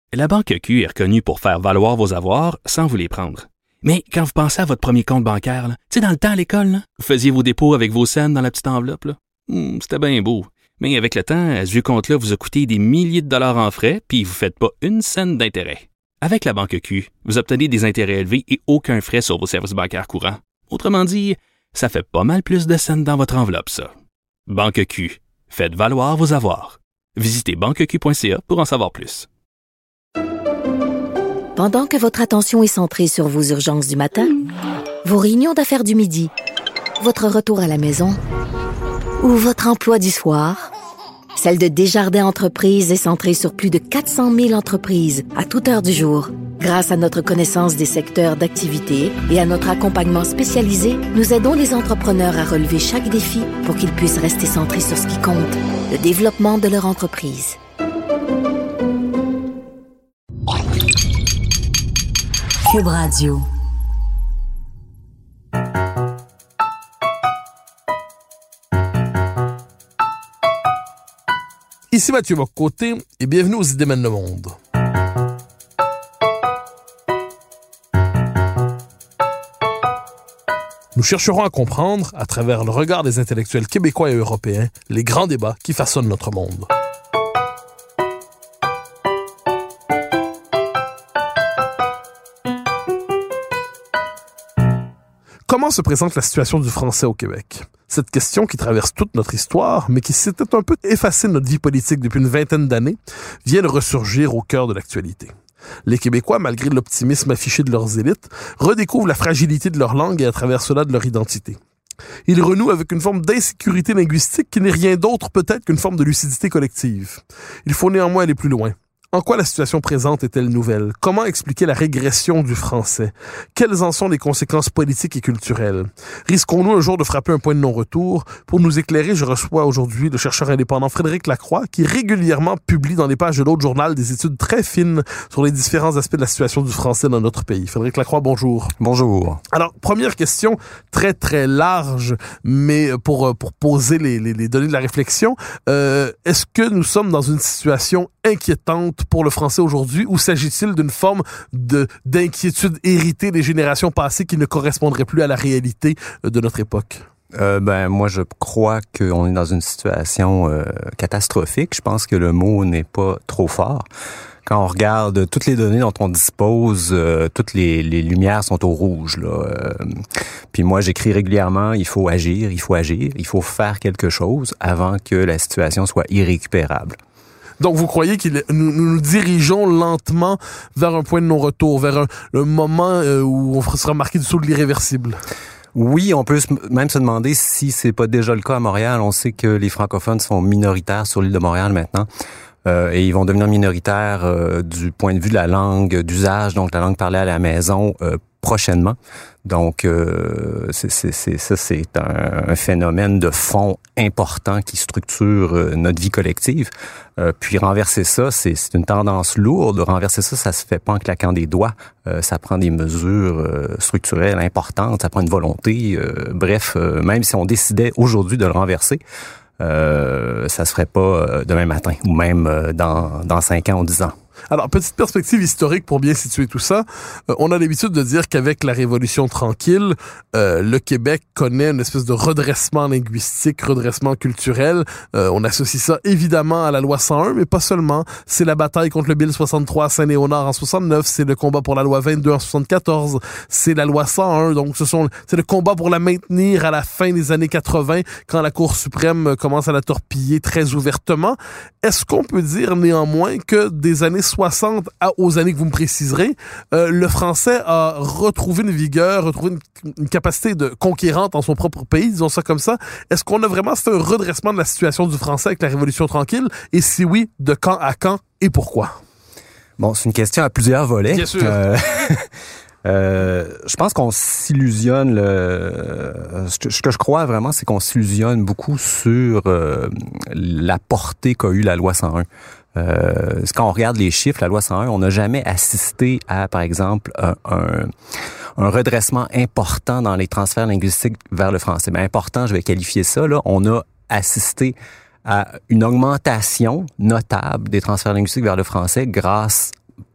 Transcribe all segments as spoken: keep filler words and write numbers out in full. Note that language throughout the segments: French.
La Banque Q est reconnue pour faire valoir vos avoirs sans vous les prendre. Mais quand vous pensez à votre premier compte bancaire, tu sais, dans le temps à l'école, là, vous faisiez vos dépôts avec vos scènes dans la petite enveloppe. Là. Hum, c'était bien beau. Mais avec le temps, ce vieux compte-là vous a coûté des milliers de dollars en frais, puis vous ne faites pas une scène d'intérêt. Avec la Banque Q, vous obtenez des intérêts élevés et aucun frais sur vos services bancaires courants. Autrement dit, ça fait pas mal plus de scènes dans votre enveloppe, ça. Banque Q. Faites valoir vos avoirs. Visitez banque q point c a pour en savoir plus. Pendant que votre attention est centrée sur vos urgences du matin, vos réunions d'affaires du midi, votre retour à la maison ou votre emploi du soir, celle de Desjardins Entreprises est centrée sur plus de quatre cent mille entreprises à toute heure du jour. Grâce à notre connaissance des secteurs d'activité et à notre accompagnement spécialisé, nous aidons les entrepreneurs à relever chaque défi pour qu'ils puissent rester centrés sur ce qui compte, le développement de leur entreprise. Cube Radio. Ici Mathieu Bock-Côté et bienvenue aux Idées mènent le monde. Nous chercherons à comprendre, à travers le regard des intellectuels québécois et européens, les grands débats qui façonnent notre monde. Comment se présente la situation du français au Québec? Cette question qui traverse toute notre histoire, mais qui s'était un peu effacée de notre vie politique depuis une vingtaine d'années, vient de ressurgir au cœur de l'actualité. Les Québécois, malgré l'optimisme affiché de leurs élites, redécouvrent la fragilité de leur langue et à travers cela de leur identité. Ils renouent avec une forme d'insécurité linguistique qui n'est rien d'autre peut-être qu'une forme de lucidité collective. Il faut néanmoins aller plus loin. En quoi la situation présente est-elle nouvelle? Comment expliquer la régression du français? Quelles en sont les conséquences politiques et culturelles? Risquons-nous un jour de frapper un point de non-retour? Pour nous éclairer, je reçois aujourd'hui le chercheur indépendant Frédéric Lacroix, qui régulièrement publie dans les pages de l'autre journal des études très fines sur les différents aspects de la situation du français dans notre pays. Frédéric Lacroix, bonjour. Bonjour. Alors, première question très très large, mais pour, pour poser les, les, les données de la réflexion, euh, est-ce que nous sommes dans une situation inquiétante pour le français aujourd'hui, ou s'agit-il d'une forme de, d'inquiétude héritée des générations passées qui ne correspondrait plus à la réalité de notre époque? Euh, ben moi je crois qu'on est dans une situation euh, catastrophique. Je pense que le mot n'est pas trop fort. Quand on regarde toutes les données dont on dispose, euh, toutes les, les lumières sont au rouge, là. Euh, puis moi, j'écris régulièrement, il faut agir, il faut agir, il faut faire quelque chose avant que la situation soit irrécupérable. Donc, vous croyez que nous, nous nous dirigeons lentement vers un point de non-retour, vers un, un moment euh, où on sera marqué du saut de l'irréversible? Oui, on peut même se demander si c'est pas déjà le cas à Montréal. On sait que les francophones sont minoritaires sur l'île de Montréal maintenant. Euh, et ils vont devenir minoritaires euh, du point de vue de la langue d'usage, donc la langue parlée à la maison, euh, prochainement. Donc, euh, c'est, c'est, c'est, ça, c'est un, un phénomène de fond important qui structure euh, notre vie collective. Euh, puis renverser ça, c'est, c'est une tendance lourde. Renverser ça, ça se fait pas en claquant des doigts. Euh, ça prend des mesures euh, structurelles importantes, ça prend une volonté. Euh, bref, euh, même si on décidait aujourd'hui de le renverser, euh, ça se ferait pas euh, demain matin ou même euh, dans, dans cinq ans ou dix ans. Alors, petite perspective historique pour bien situer tout ça. Euh, on a l'habitude de dire qu'avec la Révolution tranquille, euh, le Québec connaît une espèce de redressement linguistique, redressement culturel. Euh, on associe ça évidemment à la loi cent un, mais pas seulement. C'est la bataille contre le Bill soixante-trois à Saint-Léonard en soixante-neuf, c'est le combat pour la loi vingt-deux en soixante-quatorze, c'est la loi cent un. Donc, ce sont, c'est le combat pour la maintenir à la fin des années quatre-vingts, quand la Cour suprême commence à la torpiller très ouvertement. Est-ce qu'on peut dire néanmoins que des années soixante à, aux années que vous me préciserez, euh, le français a retrouvé une vigueur, retrouvé une, une capacité de conquérante en son propre pays, disons ça comme ça. Est-ce qu'on a vraiment, c'est un redressement de la situation du français avec la Révolution tranquille? Et si oui, de quand à quand et pourquoi? Bon, c'est une question à plusieurs volets. Bien sûr. Euh... Euh, je pense qu'on s'illusionne. Le, ce, que, ce que je crois vraiment, c'est qu'on s'illusionne beaucoup sur euh, la portée qu'a eu la loi cent un. Euh, quand on regarde les chiffres, la loi cent un, on n'a jamais assisté à, par exemple, un, un, un redressement important dans les transferts linguistiques vers le français. Mais important, je vais qualifier ça, là, on a assisté à une augmentation notable des transferts linguistiques vers le français grâce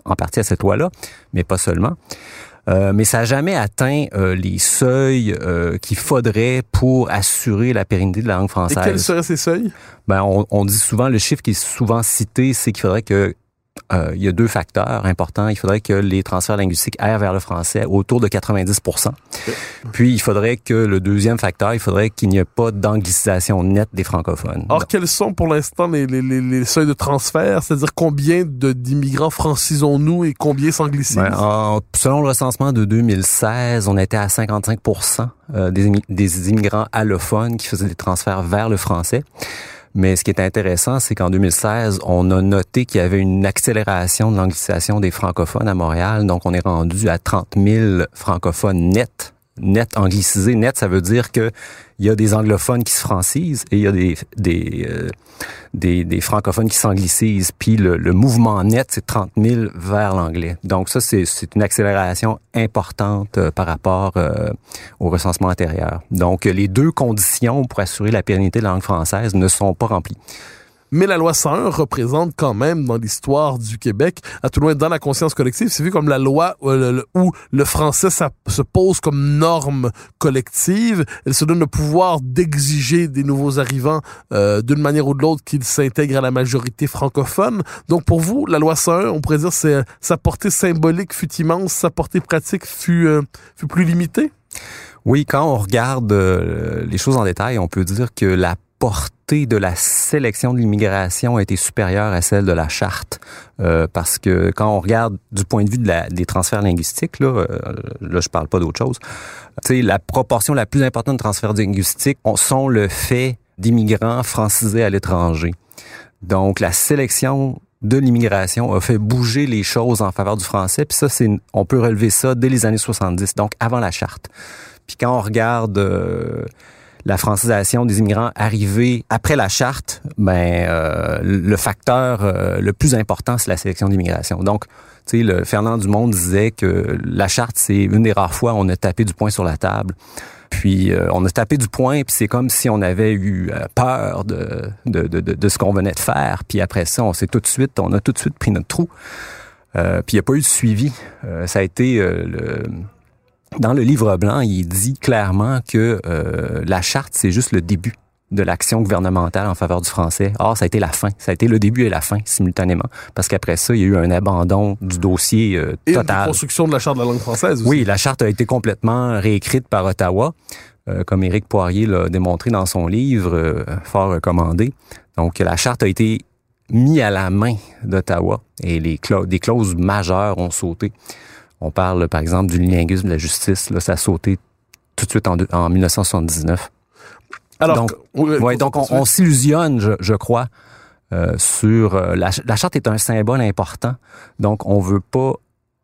en partie à cette loi-là, mais pas seulement. Euh, mais ça n'a jamais atteint euh, les seuils euh, qu'il faudrait pour assurer la pérennité de la langue française. Et quels seraient ces seuils? Ben, on, on dit souvent, le chiffre qui est souvent cité, c'est qu'il faudrait que euh, il y a deux facteurs importants. Il faudrait que les transferts linguistiques aillent vers le français autour de quatre-vingt-dix pour cent. Puis, il faudrait que le deuxième facteur, il faudrait qu'il n'y ait pas d'anglicisation nette des francophones. Alors, quels sont pour l'instant les, les, les, les seuils de transfert? C'est-à-dire combien de, d'immigrants francisons-nous et combien s'anglicisent? Ben, en, selon le recensement de deux mille seize, on était à cinquante-cinq pour cent des, des immigrants allophones qui faisaient des transferts vers le français. Mais ce qui est intéressant, c'est qu'en deux mille seize, on a noté qu'il y avait une accélération de l'anglicisation des francophones à Montréal. Donc, on est rendu à trente mille francophones nets. Net anglicisé, net, ça veut dire que il y a des anglophones qui se francisent et il y a des des euh, des, des francophones qui s'anglicisent. Puis le, le mouvement net, c'est trente mille vers l'anglais. Donc ça, c'est c'est une accélération importante euh, par rapport euh, au recensement antérieur. Donc les deux conditions pour assurer la pérennité de la langue française ne sont pas remplies. Mais la loi cent un représente quand même dans l'histoire du Québec, à tout le moins dans la conscience collective, c'est vu comme la loi où le, où le français ça, se pose comme norme collective. Elle se donne le pouvoir d'exiger des nouveaux arrivants euh, d'une manière ou de l'autre qu'ils s'intègrent à la majorité francophone. Donc pour vous, la loi cent un, on pourrait dire c'est sa portée symbolique fut immense, sa portée pratique fut, euh, fut plus limitée? Oui, quand on regarde euh, les choses en détail, on peut dire que la portée de la sélection de l'immigration a été supérieure à celle de la charte. Euh, parce que quand on regarde du point de vue de la, des transferts linguistiques, là, euh, là je parle pas d'autre chose, tu sais, la proportion la plus importante de transferts linguistiques sont le fait d'immigrants francisés à l'étranger. Donc, la sélection de l'immigration a fait bouger les choses en faveur du français. Puis ça, c'est, on peut relever ça dès les années soixante-dix, donc avant la charte. Puis quand on regarde euh, la francisation des immigrants arrivés après la charte, ben euh, le facteur euh, le plus important, c'est la sélection d'immigration. Donc, tu sais, le Fernand Dumont disait que la charte, c'est une des rares fois où on a tapé du poing sur la table. Puis euh, on a tapé du poing, puis c'est comme si on avait eu euh, peur de, de, de, de, de ce qu'on venait de faire. Puis après ça, on s'est tout de suite, on a tout de suite pris notre trou. Euh, puis il n'y a pas eu de suivi. Euh, ça a été euh, le... Dans le livre blanc, il dit clairement que euh, la charte, c'est juste le début de l'action gouvernementale en faveur du français. Or, ça a été la fin. Ça a été le début et la fin simultanément. Parce qu'après ça, il y a eu un abandon du dossier euh, et total. Et une construction de la charte de la langue française aussi. Oui, la charte a été complètement réécrite par Ottawa, euh, comme Éric Poirier l'a démontré dans son livre, euh, fort recommandé. Donc, la charte a été mise à la main d'Ottawa et les cla- des clauses majeures ont sauté. On parle, par exemple, du linguisme de la justice. Là, ça a sauté tout de suite en, en dix-neuf cent soixante-dix-neuf. Alors, donc, oui, ouais, donc on, on s'illusionne, je, je crois, euh, sur... Euh, la, la charte est un symbole important. Donc, on veut pas,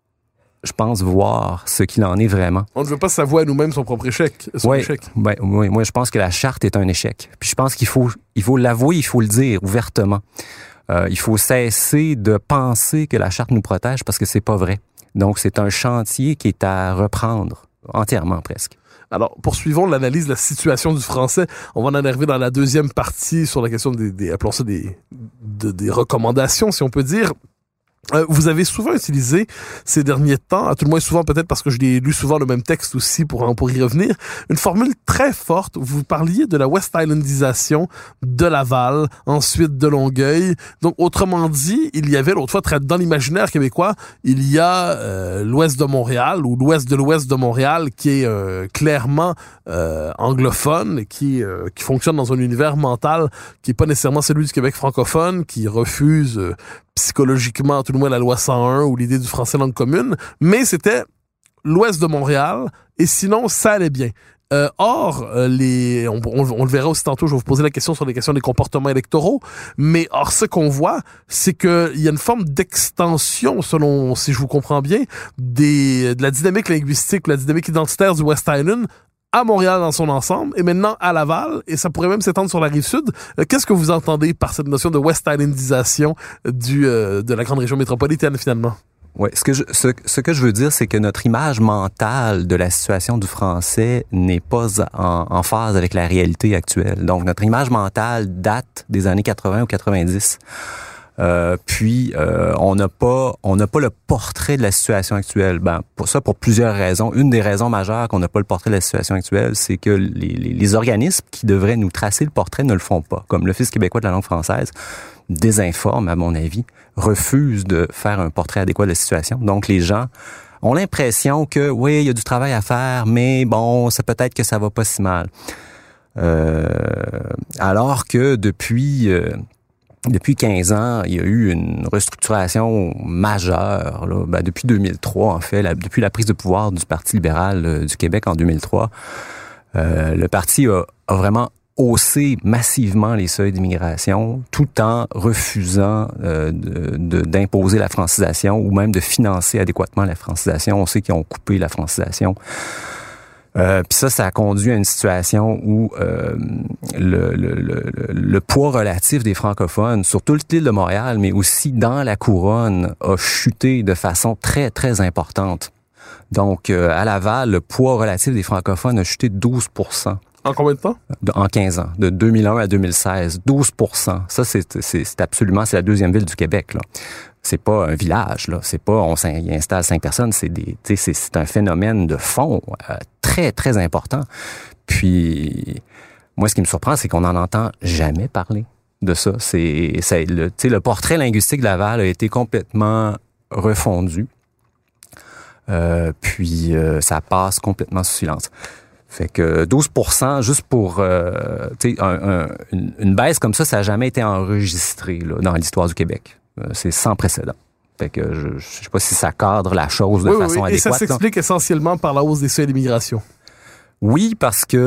je pense, voir ce qu'il en est vraiment. On ne veut pas s'avouer à nous-mêmes son propre échec. Son ouais, échec. Ben, oui, moi, je pense que la charte est un échec. Puis je pense qu'il faut, il faut l'avouer, il faut le dire ouvertement. Euh, il faut cesser de penser que la charte nous protège parce que c'est pas vrai. Donc, c'est un chantier qui est à reprendre entièrement, presque. Alors, poursuivons l'analyse de la situation du français. On va en arriver dans la deuxième partie sur la question des, des appelons ça des, de, des recommandations, si on peut dire. Euh, vous avez souvent utilisé ces derniers temps, à tout le moins souvent peut-être parce que je l'ai lu souvent le même texte aussi pour, pour y revenir, une formule très forte. Vous parliez de la West Islandisation de Laval, ensuite de Longueuil. Donc autrement dit, il y avait l'autre fois dans l'imaginaire québécois, il y a euh, l'ouest de Montréal ou l'ouest de l'ouest de Montréal qui est euh, clairement euh, anglophone, qui euh, qui fonctionne dans un univers mental qui est pas nécessairement celui du Québec francophone, qui refuse euh, psychologiquement, tout le moins, la loi cent un ou l'idée du français langue commune, mais c'était l'ouest de Montréal, et sinon, ça allait bien. Euh, or, euh, les, on, on, on le verra aussi tantôt, je vais vous poser la question sur les questions des comportements électoraux, mais or, ce qu'on voit, c'est qu'il y a une forme d'extension, selon, si je vous comprends bien, des, de la dynamique linguistique, la dynamique identitaire du West Island à Montréal dans son ensemble, et maintenant à Laval, et ça pourrait même s'étendre sur la Rive-Sud. Euh, qu'est-ce que vous entendez par cette notion de West Islandisation du, euh, de la grande région métropolitaine, finalement? Ouais, ce que je, ce, ce que je veux dire, c'est que notre image mentale de la situation du français n'est pas en, en phase avec la réalité actuelle. Donc, notre image mentale date des années quatre-vingts ou quatre-vingt-dix. Euh, puis euh, on n'a pas on n'a pas le portrait de la situation actuelle. Ben pour ça pour plusieurs raisons. Une des raisons majeures qu'on n'a pas le portrait de la situation actuelle, c'est que les, les, les organismes qui devraient nous tracer le portrait ne le font pas. Comme l'Office québécois de la langue française désinforme, à mon avis, refuse de faire un portrait adéquat de la situation. Donc les gens ont l'impression que oui, il y a du travail à faire, mais bon, c'est peut-être que ça va pas si mal. Euh, alors que depuis euh, depuis quinze ans, il y a eu une restructuration majeure. Là. Ben, depuis deux mille trois, en fait, la, depuis la prise de pouvoir du Parti libéral euh, du Québec en deux mille trois, euh, le parti a, a vraiment haussé massivement les seuils d'immigration, tout en refusant euh, de, de, d'imposer la francisation ou même de financer adéquatement la francisation. On sait qu'ils ont coupé la francisation. Euh, puis ça, ça a conduit à une situation où euh, le, le, le, le poids relatif des francophones sur toute l'île de Montréal, mais aussi dans la couronne, a chuté de façon très, très importante. Donc, euh, à Laval, le poids relatif des francophones a chuté de douze pour cent. En combien de temps? En quinze ans, de deux mille un à deux mille seize, douze pour cent. Ça, c'est, c'est, c'est absolument, c'est la deuxième ville du Québec, là. C'est pas un village, là. C'est pas, on y installe cinq personnes. C'est des, tu sais, c'est, c'est un phénomène de fond euh, très, très important. Puis, moi, ce qui me surprend, c'est qu'on n'en entend jamais parler de ça. C'est, c'est le, tu sais, le portrait linguistique de Laval a été complètement refondu. Euh, puis, euh, ça passe complètement sous silence. Fait que douze pour cent, juste pour euh, tu sais, un, un, une, une baisse comme ça, ça n'a jamais été enregistré là, dans l'histoire du Québec. Euh, c'est sans précédent. Fait que je ne sais pas si ça cadre la chose de oui, façon oui, oui. adéquate. Et ça s'explique là. Essentiellement par la hausse des seuils d'immigration. Oui, parce que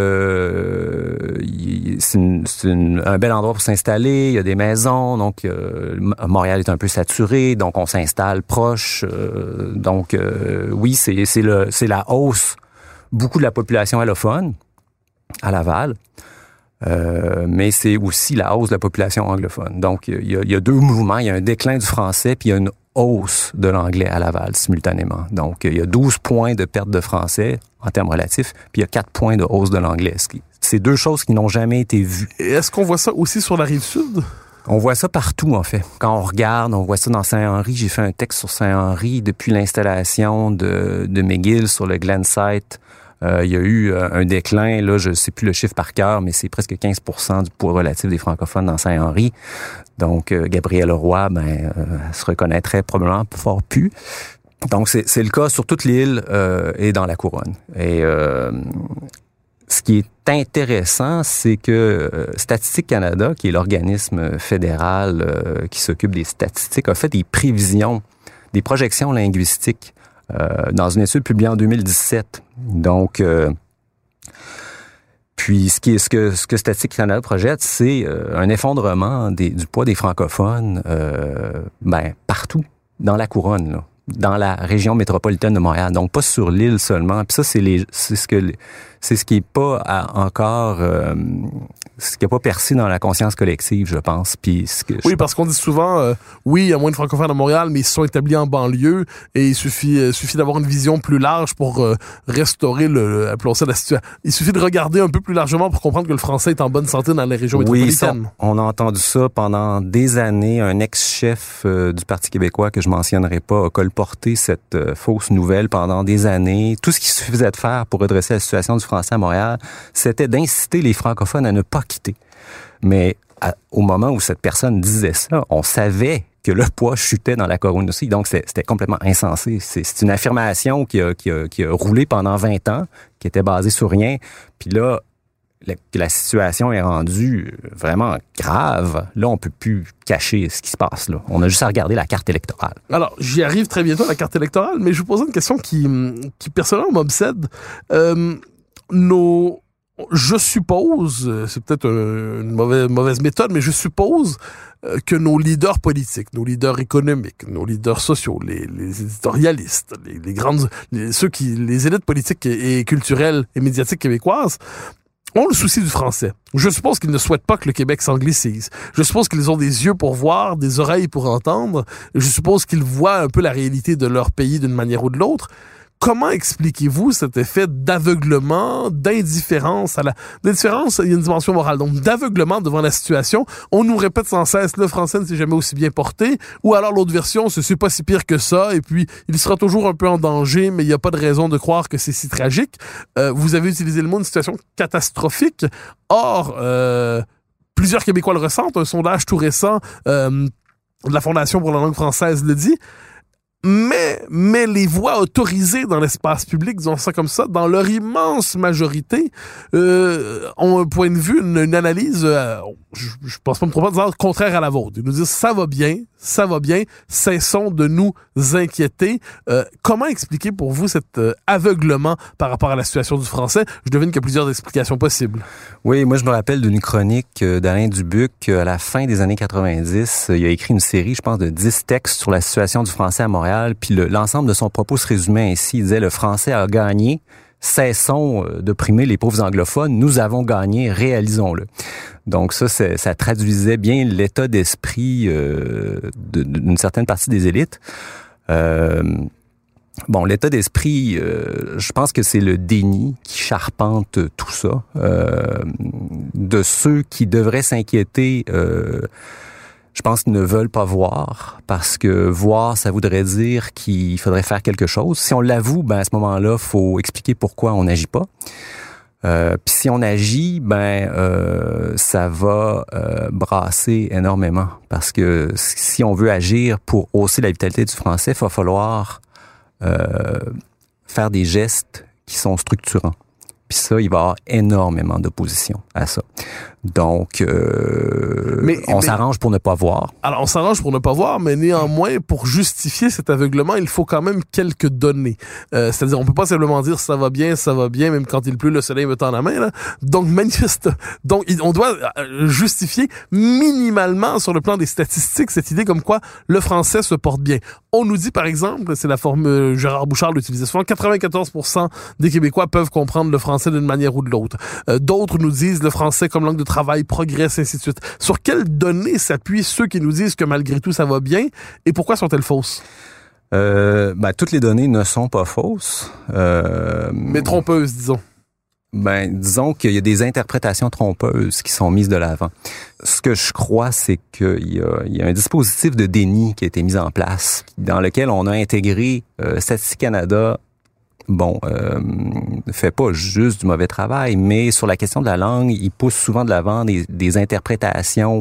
le c'est, une, c'est une, un bel endroit pour s'installer. Il y a des maisons, donc euh, Montréal est un peu saturé, donc on s'installe proche. Euh, donc euh, oui, c'est c'est le c'est la hausse. Beaucoup de la population allophone à Laval, euh, mais c'est aussi la hausse de la population anglophone. Donc, il y a, il y a deux mouvements. Il y a un déclin du français, puis il y a une hausse de l'anglais à Laval simultanément. Donc, il y a douze points de perte de français en termes relatifs, puis il y a quatre points de hausse de l'anglais. C'est deux choses qui n'ont jamais été vues. Et est-ce qu'on voit ça aussi sur la Rive-Sud? On voit ça partout, en fait. Quand on regarde, on voit ça dans Saint-Henri. J'ai fait un texte sur Saint-Henri depuis l'installation de, de McGill sur le Glen Site. Euh, il y a eu un déclin, là, je ne sais plus le chiffre par cœur, mais c'est presque quinze pour cent du poids relatif des francophones dans Saint-Henri. Donc, euh, Gabrielle Roy, ben, euh, elle se reconnaîtrait probablement fort plus. Donc, c'est, c'est le cas sur toute l'île euh, et dans la couronne. Et euh, ce qui est intéressant, c'est que euh, Statistique Canada, qui est l'organisme fédéral euh, qui s'occupe des statistiques, a fait des prévisions, des projections linguistiques Euh, dans une étude publiée en deux mille dix-sept. Donc, euh, puis ce qui est ce que ce que Statistique Canada projette, c'est euh, un effondrement des, du poids des francophones, euh, ben partout dans la couronne, là, dans la région métropolitaine de Montréal. Donc pas sur l'île seulement. Puis ça, c'est les, c'est ce que c'est ce qui est pas à, encore euh, ce qui n'est pas percé dans la conscience collective, je pense. Puis ce que oui, je... parce qu'on dit souvent, euh, oui, il y a moins de francophones à Montréal, mais ils se sont établis en banlieue et il suffit euh, suffit d'avoir une vision plus large pour euh, restaurer le, le appelons ça la situation. Il suffit de regarder un peu plus largement pour comprendre que le français est en bonne santé dans les régions oui, métropolitaines. Ça, on a entendu ça pendant des années. Un ex-chef euh, du Parti québécois, que je mentionnerai pas, a colporté cette euh, fausse nouvelle pendant des années. Tout ce qu'il suffisait de faire pour redresser la situation du français à Montréal, c'était d'inciter les francophones à ne pas quitter. Mais à, au moment où cette personne disait ça, on savait que le poids chutait dans la couronne aussi. Donc, c'était, c'était complètement insensé. C'est, c'est une affirmation qui a, qui, a, qui a roulé pendant vingt ans, qui était basée sur rien. Puis là, la, la situation est rendue vraiment grave. Là, on peut plus cacher ce qui se passe. Là. On a juste à regarder la carte électorale. Alors, j'y arrive très bientôt à la carte électorale, mais je vous pose une question qui, qui personnellement m'obsède. Euh, nos... Je suppose, c'est peut-être une mauvaise, mauvaise méthode, mais je suppose que nos leaders politiques, nos leaders économiques, nos leaders sociaux, les, les éditorialistes, les, les grandes, les, ceux qui, les élites politiques et, et culturelles et médiatiques québécoises ont le souci du français. Je suppose qu'ils ne souhaitent pas que le Québec s'anglicise. Je suppose qu'ils ont des yeux pour voir, des oreilles pour entendre. Je suppose qu'ils voient un peu la réalité de leur pays d'une manière ou de l'autre. Comment expliquez-vous cet effet d'aveuglement, d'indifférence à la... D'indifférence, il y a une dimension morale, donc d'aveuglement devant la situation. On nous répète sans cesse, le français ne s'est jamais aussi bien porté, ou alors l'autre version, c'est pas si pire que ça, et puis il sera toujours un peu en danger, mais il n'y a pas de raison de croire que c'est si tragique. Euh, vous avez utilisé le mot une situation catastrophique. Or, euh, plusieurs Québécois le ressentent. Un sondage tout récent euh, de la Fondation pour la langue française le dit. Mais, mais les voix autorisées dans l'espace public, disons ça comme ça, dans leur immense majorité, euh, ont un point de vue, une, une analyse, euh, je, je pense pas me tromper, disant contraire à la vôtre. Ils nous disent ça va bien, ça va bien, cessons de nous inquiéter. Euh, comment expliquer pour vous cet euh, aveuglement par rapport à la situation du français? Je devine qu'il y a plusieurs explications possibles. Oui, moi je me rappelle d'une chronique d'Alain Dubuc à la fin des années quatre-vingt-dix. Il a écrit une série, je pense, de dix textes sur la situation du français à Montréal. Puis le, l'ensemble de son propos se résumait ainsi. Il disait « Le français a gagné, cessons d'opprimer les pauvres anglophones, nous avons gagné, réalisons-le ». Donc ça, c'est, ça traduisait bien l'état d'esprit euh, de, d'une certaine partie des élites. Euh, bon, l'état d'esprit, euh, je pense que c'est le déni qui charpente tout ça. Euh, de ceux qui devraient s'inquiéter... Euh, je pense qu'ils ne veulent pas voir, parce que voir, ça voudrait dire qu'il faudrait faire quelque chose. Si on l'avoue, ben à ce moment-là, il faut expliquer pourquoi on n'agit pas. Euh, Puis si on agit, ben euh, ça va euh, brasser énormément, parce que si on veut agir pour hausser la vitalité du français, il va falloir euh, faire des gestes qui sont structurants. Puis ça, il va y avoir énormément d'opposition à ça. Donc, euh, mais, on mais, s'arrange pour ne pas voir. Alors, on s'arrange pour ne pas voir, mais néanmoins, pour justifier cet aveuglement, il faut quand même quelques données. Euh, c'est-à-dire, on peut pas simplement dire « ça va bien, ça va bien », même quand il pleut, le soleil me tend la main. Là. Donc, manifeste, donc, on doit justifier minimalement, sur le plan des statistiques, cette idée comme quoi le français se porte bien. On nous dit, par exemple, c'est la forme, Gérard Bouchard l'utilisait souvent, quatre-vingt-quatorze pour cent des Québécois peuvent comprendre le français d'une manière ou de l'autre. Euh, d'autres nous disent le français comme langue de travail progresse, ainsi de suite. Sur quelles données s'appuient ceux qui nous disent que malgré tout ça va bien et pourquoi sont-elles fausses? Euh, ben, toutes les données ne sont pas fausses. Euh, Mais trompeuses, disons. Ben, disons qu'il y a des interprétations trompeuses qui sont mises de l'avant. Ce que je crois, c'est qu'il y a, il y a un dispositif de déni qui a été mis en place, dans lequel on a intégré euh, Statistique Canada. Bon, euh, fait pas juste du mauvais travail, mais sur la question de la langue, ils poussent souvent de l'avant des, des interprétations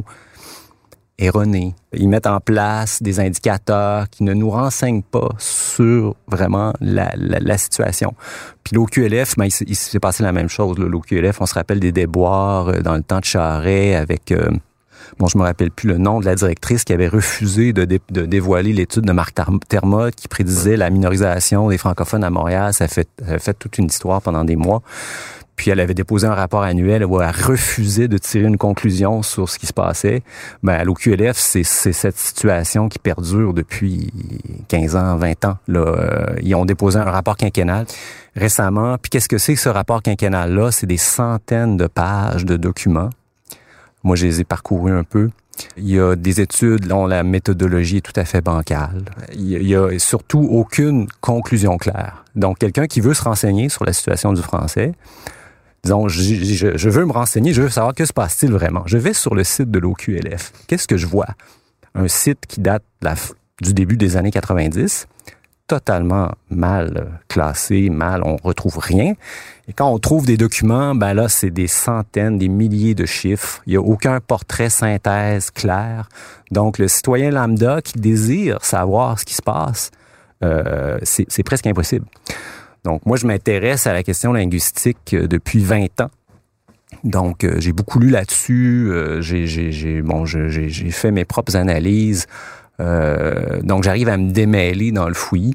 erronées. Ils mettent en place des indicateurs qui ne nous renseignent pas sur vraiment la, la, la situation. Puis l'O Q L F, ben, il, il s'est passé la même chose. L'O Q L F, on se rappelle des déboires dans le temps de Charest avec... Euh, Bon, je me rappelle plus le nom de la directrice qui avait refusé de, dé, de dévoiler l'étude de Marc Termotte qui prédisait la minorisation des francophones à Montréal. Ça a fait, ça a fait toute une histoire pendant des mois. Puis elle avait déposé un rapport annuel où elle refusait de tirer une conclusion sur ce qui se passait. Ben, à l'O Q L F, c'est, c'est cette situation qui perdure depuis quinze ans, vingt ans. Là, ils ont déposé un rapport quinquennal récemment. Puis qu'est-ce que c'est que ce rapport quinquennal-là? C'est des centaines de pages de documents. Moi, je les ai parcourus un peu. Il y a des études dont la méthodologie est tout à fait bancale. Il y a surtout aucune conclusion claire. Donc, quelqu'un qui veut se renseigner sur la situation du français, disons, je, je, je veux me renseigner, je veux savoir que se passe-t-il vraiment. Je vais sur le site de l'O Q L F. Qu'est-ce que je vois? Un site qui date de la, du début des années quatre-vingt-dix, totalement mal classé, mal, on retrouve rien. Et quand on trouve des documents, ben là, c'est des centaines, des milliers de chiffres. Il n'y a aucun portrait synthèse clair. Donc, le citoyen lambda qui désire savoir ce qui se passe, euh, c'est, c'est presque impossible. Donc, moi, je m'intéresse à la question linguistique depuis vingt ans. Donc, euh, j'ai beaucoup lu là-dessus. Euh, j'ai, j'ai, j'ai, bon, j'ai, j'ai fait mes propres analyses. Euh, donc, j'arrive à me démêler dans le fouillis.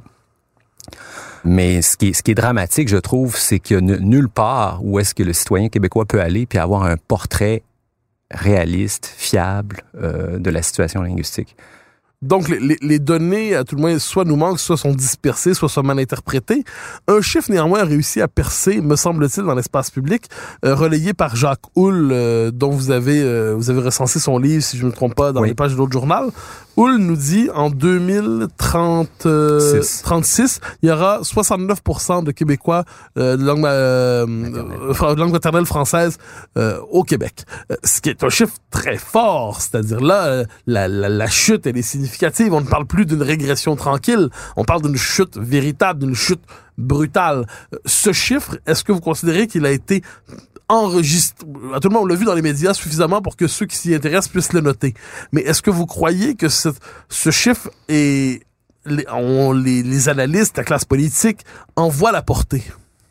Mais ce qui est, ce qui est dramatique, je trouve, c'est qu'il y a nulle part où est-ce que le citoyen québécois peut aller puis avoir un portrait réaliste, fiable euh, de la situation linguistique. Donc, les, les, les données, à tout le moins, soit nous manquent, soit sont dispersées, soit sont mal interprétées. Un chiffre, néanmoins, a réussi à percer, me semble-t-il, dans l'espace public, euh, relayé par Jacques Houle, euh, dont vous avez euh, vous avez recensé son livre, si je ne me trompe pas, dans oui. les pages de l'autre journal. Houle nous dit, en deux mille trente-six, il y aura soixante-neuf pour cent de Québécois euh, de, langue, euh, euh, de langue maternelle française euh, au Québec. Euh, ce qui est un chiffre très fort, c'est-à-dire là, la, la, la chute, elle est significative. On ne parle plus d'une régression tranquille, on parle d'une chute véritable, d'une chute brutale. Ce chiffre, est-ce que vous considérez qu'il a été enregistré, à tout le monde on l'a vu dans les médias suffisamment pour que ceux qui s'y intéressent puissent le noter. Mais est-ce que vous croyez que ce, ce chiffre est, les, on, les, les analystes, la classe politique en voient la portée?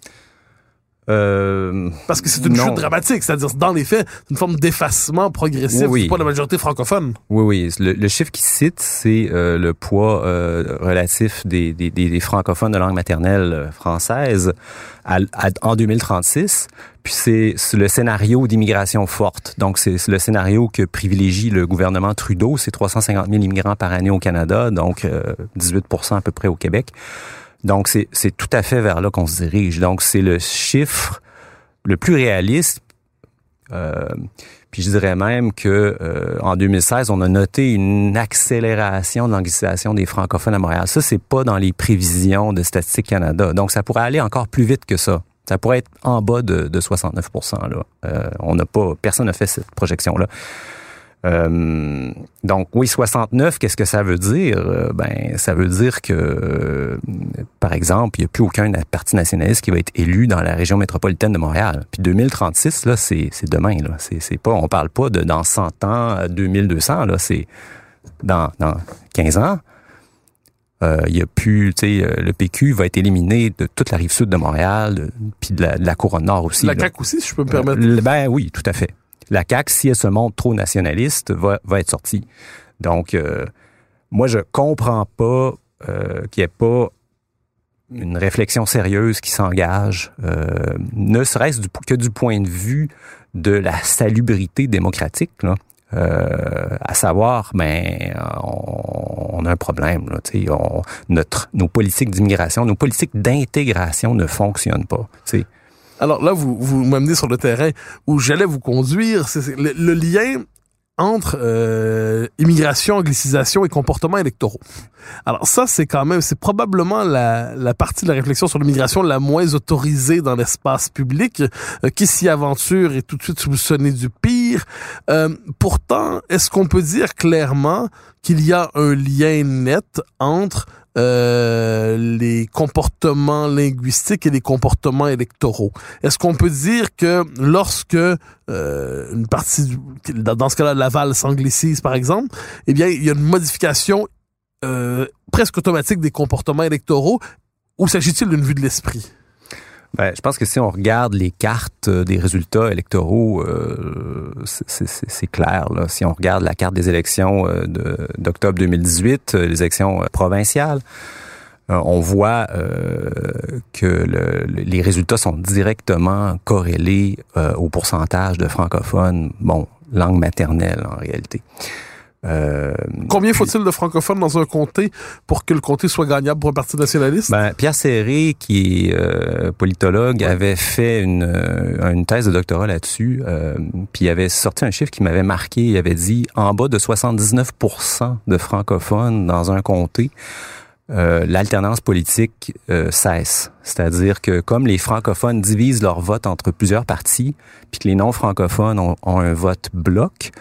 Euh, Parce que c'est une non. chute dramatique, c'est-à-dire dans les faits, c'est une forme d'effacement progressif oui, oui. pour la majorité francophone. Oui, oui. Le, le chiffre qu'il cite, c'est euh, le poids euh, relatif des, des, des francophones de langue maternelle française à, à, en deux mille trente-six. Puis c'est, c'est le scénario d'immigration forte. Donc c'est, c'est le scénario que privilégie le gouvernement Trudeau. C'est trois cent cinquante mille immigrants par année au Canada, donc euh, dix-huit pour cent à peu près au Québec. Donc, c'est, c'est tout à fait vers là qu'on se dirige. Donc, c'est le chiffre le plus réaliste. Euh, puis je dirais même que euh, en deux mille seize, on a noté une accélération de l'anglicisation des francophones à Montréal. Ça, c'est pas dans les prévisions de Statistique Canada. Donc, ça pourrait aller encore plus vite que ça. Ça pourrait être en bas de, de soixante-neuf pour cent là. Euh, on n'a pas, personne n'a fait cette projection-là. Euh, donc oui, soixante-neuf, qu'est-ce que ça veut dire? Euh, ben, ça veut dire que, euh, par exemple, il n'y a plus aucun parti nationaliste qui va être élu dans la région métropolitaine de Montréal. Puis deux mille trente-six, là, c'est, c'est demain, là. C'est, c'est pas, on parle pas de dans cent ans, deux mille deux cents, là. C'est dans, dans quinze ans. Euh, il y a plus, tu sais, le P Q va être éliminé de toute la rive sud de Montréal, de, puis de la, de la couronne nord aussi. La là. C A Q aussi, si je peux me permettre. Euh, ben oui, tout à fait. La C A Q, si elle se montre trop nationaliste, va, va être sortie. Donc, euh, moi, je comprends pas euh, qu'il n'y ait pas une réflexion sérieuse qui s'engage, euh, ne serait-ce du, que du point de vue de la salubrité démocratique, là. Euh, à savoir, ben, on, on a un problème, là, tu sais, on, notre, nos politiques d'immigration, nos politiques d'intégration ne fonctionnent pas, tu sais. Alors là, vous, vous m'amenez sur le terrain où j'allais vous conduire. C'est, c'est le, le lien entre euh, immigration, anglicisation et comportements électoraux. Alors ça, c'est quand même, c'est probablement la, la partie de la réflexion sur l'immigration la moins autorisée dans l'espace public, euh, qui s'y aventure et tout de suite soupçonné du pire. Euh, pourtant, est-ce qu'on peut dire clairement qu'il y a un lien net entre Euh, les comportements linguistiques et les comportements électoraux? Est-ce qu'on peut dire que lorsque euh, une partie, du, dans ce cas-là, Laval s'anglicise, par exemple, eh bien, il y a une modification euh, presque automatique des comportements électoraux, ou s'agit-il d'une vue de l'esprit? Ben, je pense que si on regarde les cartes des résultats électoraux, euh, c'est, c'est, c'est clair, là. Si on regarde la carte des élections de, d'octobre deux mille dix-huit, les élections provinciales, euh, on voit euh, que le, les résultats sont directement corrélés euh, au pourcentage de francophones, bon, langue maternelle en réalité. Euh, Combien faut-il de francophones dans un comté pour que le comté soit gagnable pour un parti nationaliste? Ben, Pierre Serré, qui est euh, politologue, ouais. avait fait une, euh, une thèse de doctorat là-dessus, euh, puis il avait sorti un chiffre qui m'avait marqué. Il avait dit en bas de soixante-dix-neuf pour cent de francophones dans un comté, euh, l'alternance politique euh, cesse. C'est-à-dire que comme les francophones divisent leur vote entre plusieurs partis, puis que les non-francophones ont, ont un vote bloc,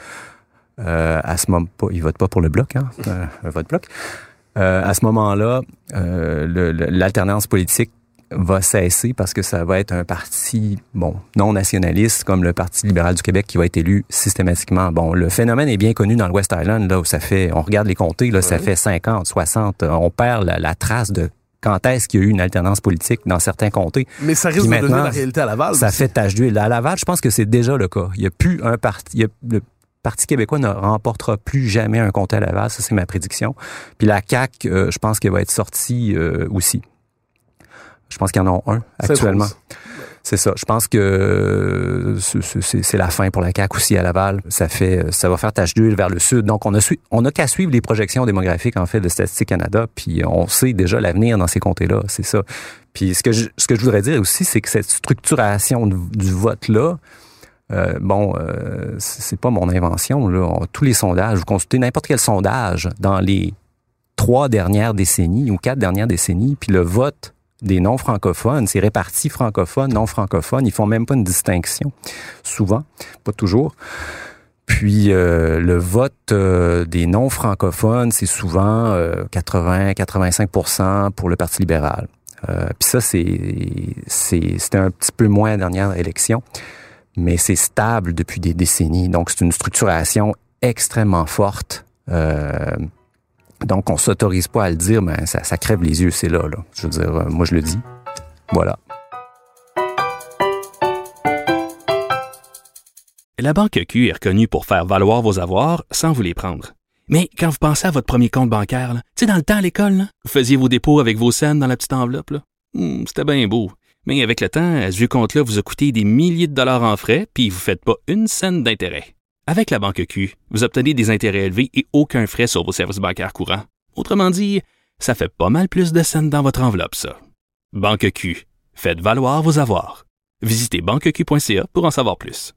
Euh, à ce moment, pas, ils votent pas pour le bloc, hein, euh, un vote bloc. Euh, à ce moment-là, euh, le, le, l'alternance politique va cesser parce que ça va être un parti, bon, non nationaliste comme le Parti libéral du Québec qui va être élu systématiquement. Bon, le phénomène est bien connu dans le West Island, là où ça fait, on regarde les comtés, là, ouais. ça fait cinquante, soixante, on perd la, la trace de quand est-ce qu'il y a eu une alternance politique dans certains comtés. Mais ça risque de devenir la réalité à Laval. Ça aussi. fait tache d'huile. À Laval, je pense que c'est déjà le cas. Il y a plus un parti, il y a le Parti québécois ne remportera plus jamais un comté à Laval, ça c'est ma prédiction. Puis la C A Q, euh, je pense qu'elle va être sortie euh, aussi. Je pense qu'il y en a un actuellement. C'est ça. Je pense que c'est, c'est la fin pour la C A Q aussi à Laval. Ça fait, ça va faire tache d'huile vers le sud. Donc, on a su, on a qu'à suivre les projections démographiques, en fait, de Statistique Canada, puis on sait déjà l'avenir dans ces comtés-là. C'est ça. Puis, ce que je, ce que je voudrais dire aussi, c'est que cette structuration du, du vote-là, euh, bon, euh, c'est pas mon invention, là. On, tous les sondages, vous consultez n'importe quel sondage dans les trois dernières décennies ou quatre dernières décennies, puis le vote des non-francophones, c'est réparti francophones, non-francophones, ils font même pas une distinction, souvent, pas toujours. Puis euh, le vote euh, des non-francophones, c'est souvent euh, quatre-vingts à quatre-vingt-cinq pour cent pour le Parti libéral. Euh, puis ça, c'est, c'est, c'était un petit peu moins la dernière élection, mais c'est stable depuis des décennies. Donc, c'est une structuration extrêmement forte. Euh, Donc, on s'autorise pas à le dire, mais ça, ça crève les yeux, c'est là, là. Je veux dire, moi, je le dis. Voilà. La Banque Q est reconnue pour faire valoir vos avoirs sans vous les prendre. Mais quand vous pensez à votre premier compte bancaire, tu sais, dans le temps à l'école, là, vous faisiez vos dépôts avec vos scènes dans la petite enveloppe, là. Hum, c'était bien beau. Mais avec le temps, ce vieux compte-là vous a coûté des milliers de dollars en frais, puis vous ne faites pas une scène d'intérêt. Avec la Banque Q, vous obtenez des intérêts élevés et aucun frais sur vos services bancaires courants. Autrement dit, ça fait pas mal plus de scènes dans votre enveloppe, ça. Banque Q, faites valoir vos avoirs. Visitez banque q point c a pour en savoir plus.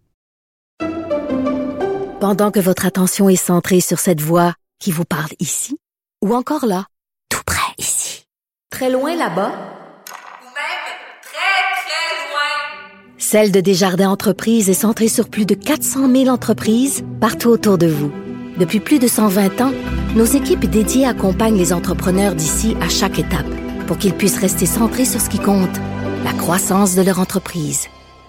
Pendant que votre attention est centrée sur cette voix qui vous parle ici, ou encore là, tout près ici, très loin là-bas, ou même très, très loin. Celle de Desjardins Entreprises est centrée sur plus de quatre cent mille entreprises partout autour de vous. Depuis plus de cent vingt ans, nos équipes dédiées accompagnent les entrepreneurs d'ici à chaque étape pour qu'ils puissent rester centrés sur ce qui compte, la croissance de leur entreprise.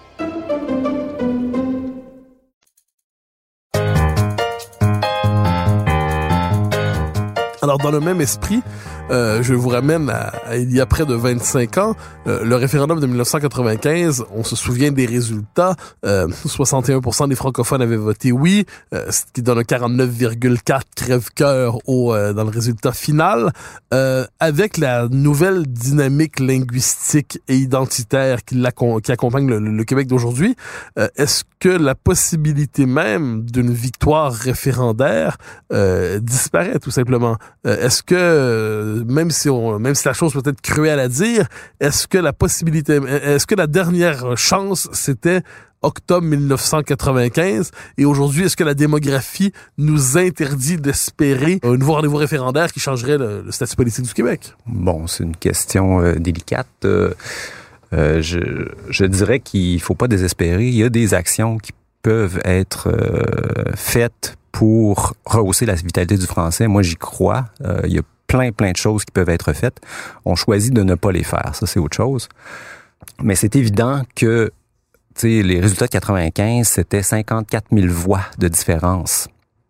Alors, dans le même esprit, euh, je vous ramène à, à il y a près de vingt-cinq ans, euh, le référendum de dix-neuf cent quatre-vingt-quinze, on se souvient des résultats, euh, soixante et un pour cent des francophones avaient voté oui, euh, ce qui donne un quarante-neuf virgule quatre crève-cœur au, euh, dans le résultat final. Euh, avec la nouvelle dynamique linguistique et identitaire qui, qui accompagne le, le Québec d'aujourd'hui, euh, est-ce que la possibilité même d'une victoire référendaire euh, disparaît tout simplement? Euh, est-ce que, euh, même si on, même si la chose peut être cruelle à dire, est-ce que la possibilité, est-ce que la dernière chance, c'était octobre dix-neuf cent quatre-vingt-quinze, et aujourd'hui, est-ce que la démographie nous interdit d'espérer un nouveau rendez-vous référendaire qui changerait le, le statut politique du Québec? Bon, c'est une question euh, délicate. Euh, euh, je, je dirais qu'il faut pas désespérer. Il y a des actions qui peuvent être euh, faites pour rehausser la vitalité du français. Moi, j'y crois. Euh, il y a plein, plein de choses qui peuvent être faites. On choisit de ne pas les faire. Ça, c'est autre chose. Mais c'est évident que, tu sais, les résultats de quatre-vingt-quinze, c'était cinquante-quatre mille voix de différence.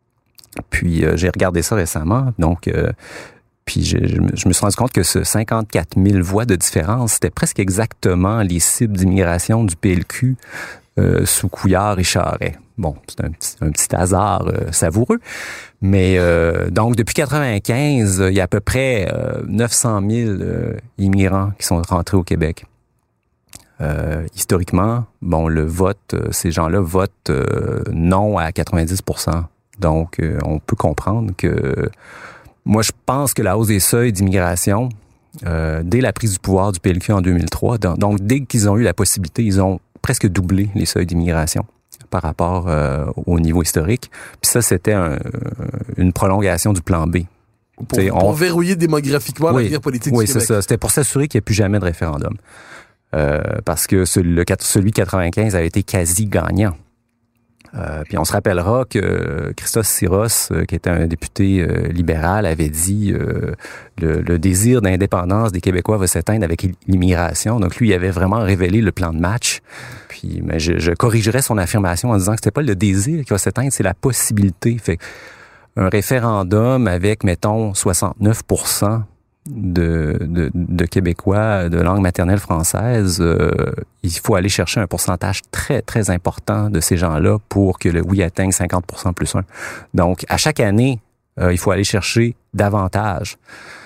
Puis, euh, j'ai regardé ça récemment. Donc, euh, puis je, je, je me suis rendu compte que ce cinquante-quatre mille voix de différence, c'était presque exactement les cibles d'immigration du P L Q euh, sous Couillard et Charest. Bon, c'est un petit, un petit hasard euh, savoureux. Mais euh, donc, depuis quatre-vingt-quinze, il y a à peu près euh, neuf cent mille euh, immigrants qui sont rentrés au Québec. Euh, historiquement, bon, le vote, euh, ces gens-là votent euh, non à quatre-vingt-dix pour cent. Donc, euh, on peut comprendre que... Moi, je pense que la hausse des seuils d'immigration, euh, dès la prise du pouvoir du P L Q en deux mille trois, donc, donc dès qu'ils ont eu la possibilité, ils ont presque doublé les seuils d'immigration par rapport euh, au niveau historique. Puis ça, c'était un, une prolongation du plan B. Pour, pour on... verrouiller démographiquement oui, l'avenir politique oui, du Québec. Oui, c'est ça. C'était pour s'assurer qu'il n'y ait plus jamais de référendum. Euh, parce que celui, le, celui de quatre-vingt-quinze a été quasi gagnant. Euh, puis on se rappellera que Christos Syros, euh, qui était un député euh, libéral, avait dit euh, le, le désir d'indépendance des Québécois va s'éteindre avec l'immigration. Donc lui, il avait vraiment révélé le plan de match. Puis mais je, je corrigerais son affirmation en disant que c'était pas le désir qui va s'éteindre, c'est la possibilité. Fait un référendum avec, mettons, soixante-neuf pour cent de, de, de Québécois de langue maternelle française, euh, il faut aller chercher un pourcentage très, très important de ces gens-là pour que le oui atteigne cinquante pour cent plus un. Donc, à chaque année, euh, il faut aller chercher davantage.